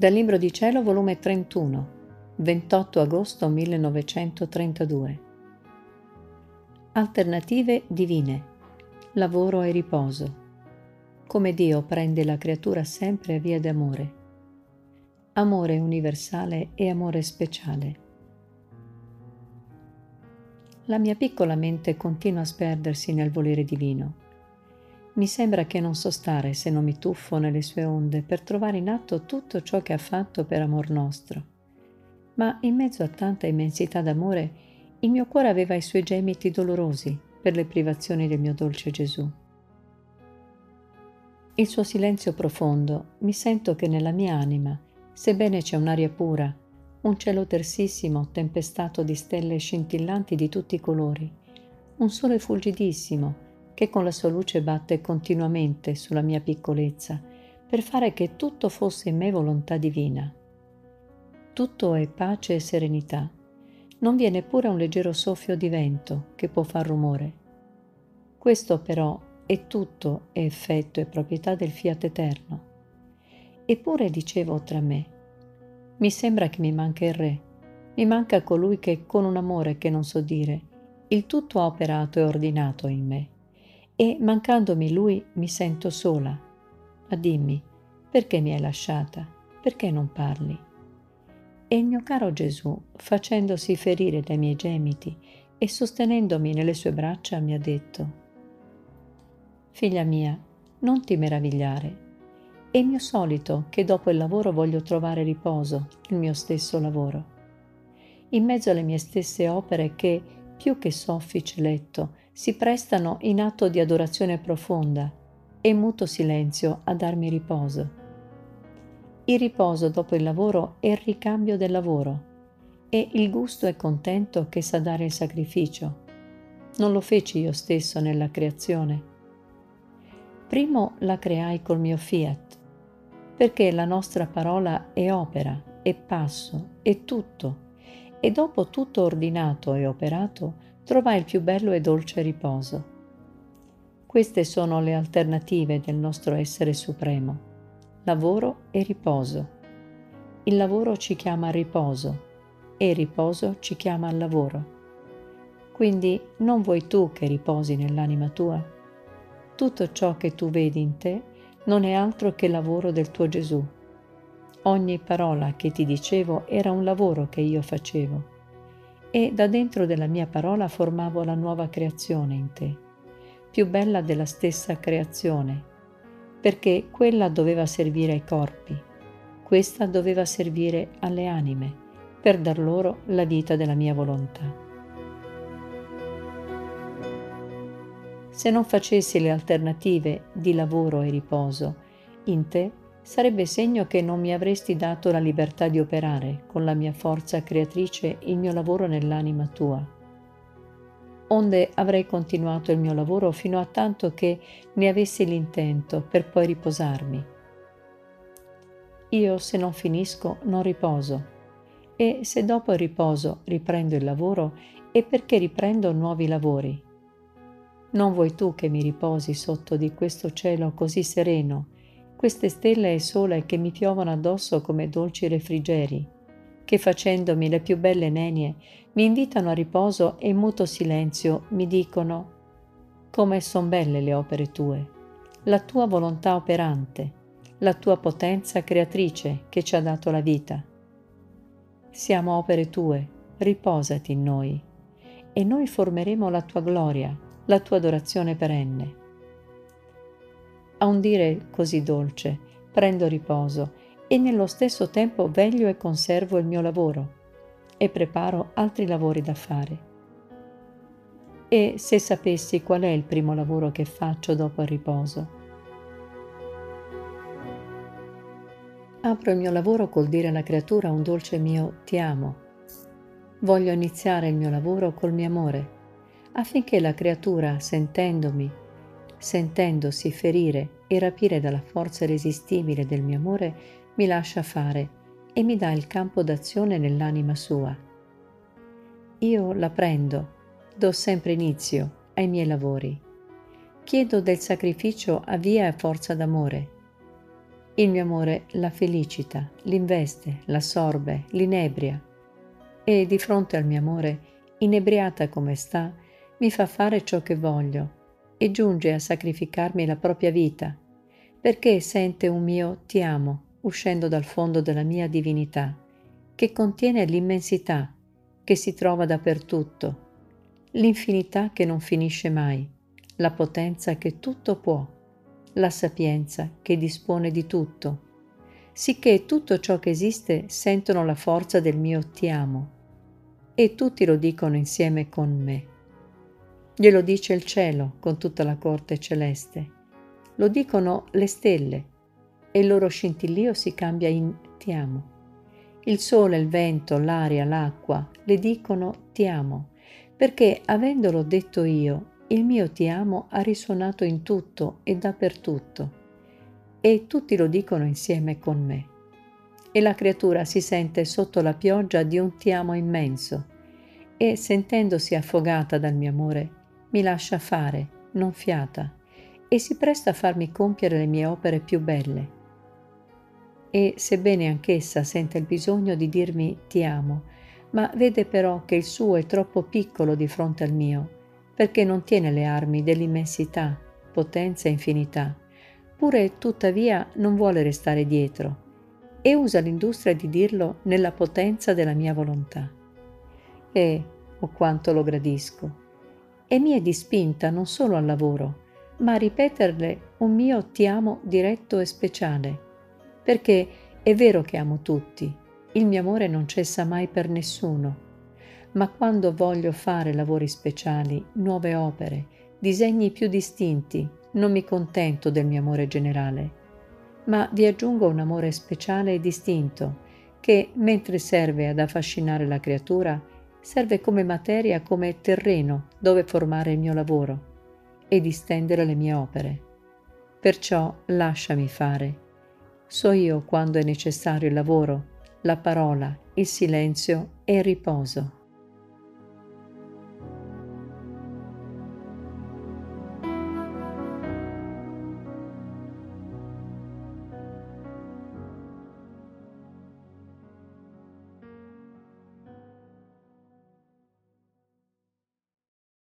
Dal Libro di Cielo, volume 31, 28 agosto 1932. Alternative divine, lavoro e riposo. Come Dio prende la creatura sempre a via d'amore. Amore universale e amore speciale. La mia piccola mente continua a sperdersi nel volere divino. Mi sembra che non so stare se non mi tuffo nelle sue onde per trovare in atto tutto ciò che ha fatto per amor nostro. Ma in mezzo a tanta immensità d'amore, il mio cuore aveva i suoi gemiti dolorosi per le privazioni del mio dolce Gesù. Il suo silenzio profondo, mi sento che nella mia anima, sebbene c'è un'aria pura, un cielo tersissimo tempestato di stelle scintillanti di tutti i colori, un sole fulgidissimo che con la sua luce batte continuamente sulla mia piccolezza per fare che tutto fosse in me volontà divina. Tutto è pace e serenità. Non vi è neppure un leggero soffio di vento che può far rumore. Questo però è tutto effetto e proprietà del fiat eterno. Eppure dicevo tra me, mi sembra che mi manca il Re, mi manca colui che con un amore che non so dire, il tutto ha operato e ordinato in me. E mancandomi lui mi sento sola. Ma dimmi, perché mi hai lasciata? Perché non parli? E il mio caro Gesù, facendosi ferire dai miei gemiti e sostenendomi nelle sue braccia, mi ha detto: Figlia mia, non ti meravigliare. È mio solito che dopo il lavoro voglio trovare riposo, il mio stesso lavoro. In mezzo alle mie stesse opere che, più che soffice letto, si prestano in atto di adorazione profonda e in muto silenzio a darmi riposo. Il riposo dopo il lavoro è il ricambio del lavoro e il gusto e contento che sa dare il sacrificio. Non lo feci io stesso nella creazione. Primo la creai col mio fiat, perché la nostra parola è opera, è passo, è tutto, e dopo tutto ordinato e operato trovai il più bello e dolce riposo. Queste sono le alternative del nostro essere supremo, lavoro e riposo. Il lavoro ci chiama al riposo e il riposo ci chiama al lavoro. Quindi non vuoi tu che riposi nell'anima tua? Tutto ciò che tu vedi in te non è altro che lavoro del tuo Gesù. Ogni parola che ti dicevo era un lavoro che io facevo e da dentro della mia parola formavo la nuova creazione in te, più bella della stessa creazione, perché quella doveva servire ai corpi, questa doveva servire alle anime, per dar loro la vita della mia volontà. Se non facessi le alternative di lavoro e riposo in te, sarebbe segno che non mi avresti dato la libertà di operare con la mia forza creatrice il mio lavoro nell'anima tua. Onde avrei continuato il mio lavoro fino a tanto che ne avessi l'intento per poi riposarmi. Io, se non finisco, non riposo, e se dopo il riposo riprendo il lavoro, è perché riprendo nuovi lavori. Non vuoi tu che mi riposi sotto di questo cielo così sereno, queste stelle e sole che mi piovono addosso come dolci refrigeri, che facendomi le più belle nenie mi invitano a riposo e in muto silenzio mi dicono: come son belle le opere tue, la tua volontà operante, la tua potenza creatrice che ci ha dato la vita. Siamo opere tue, riposati in noi, e noi formeremo la tua gloria, la tua adorazione perenne. A un dire così dolce, prendo riposo e nello stesso tempo veglio e conservo il mio lavoro e preparo altri lavori da fare. E se sapessi qual è il primo lavoro che faccio dopo il riposo? Apro il mio lavoro col dire alla creatura un dolce mio ti amo. Voglio iniziare il mio lavoro col mio amore, affinché la creatura, sentendosi ferire e rapire dalla forza irresistibile del mio amore, mi lascia fare e mi dà il campo d'azione nell'anima sua. Io la prendo, do sempre inizio ai miei lavori. Chiedo del sacrificio a via e forza d'amore. Il mio amore la felicita, l'investe, l'assorbe, l'inebria e di fronte al mio amore, inebriata come sta, mi fa fare ciò che voglio e giunge a sacrificarmi la propria vita, perché sente un mio ti amo uscendo dal fondo della mia divinità, che contiene l'immensità, che si trova dappertutto, l'infinità che non finisce mai, la potenza che tutto può, la sapienza che dispone di tutto, sicché tutto ciò che esiste sentono la forza del mio ti amo, e tutti lo dicono insieme con me. Glielo dice il cielo con tutta la corte celeste, lo dicono le stelle, e il loro scintillio si cambia in ti amo. Il sole, il vento, l'aria, l'acqua le dicono ti amo, perché avendolo detto io, il mio ti amo ha risuonato in tutto e dappertutto, e tutti lo dicono insieme con me. E la creatura si sente sotto la pioggia di un ti amo immenso, e sentendosi affogata dal mio amore, mi lascia fare, non fiata, e si presta a farmi compiere le mie opere più belle. E sebbene anch'essa sente il bisogno di dirmi ti amo, ma vede però che il suo è troppo piccolo di fronte al mio, perché non tiene le armi dell'immensità, potenza e infinità, pure tuttavia non vuole restare dietro, e usa l'industria di dirlo nella potenza della mia volontà. E, oh quanto lo gradisco, e mi è di spinta non solo al lavoro, ma a ripeterle un mio ti amo diretto e speciale, perché è vero che amo tutti, il mio amore non cessa mai per nessuno, ma quando voglio fare lavori speciali, nuove opere, disegni più distinti, non mi contento del mio amore generale, ma vi aggiungo un amore speciale e distinto, che, mentre serve ad affascinare la creatura, serve come materia, come terreno dove formare il mio lavoro e distendere le mie opere. Perciò lasciami fare. So io quando è necessario il lavoro, la parola, il silenzio e il riposo.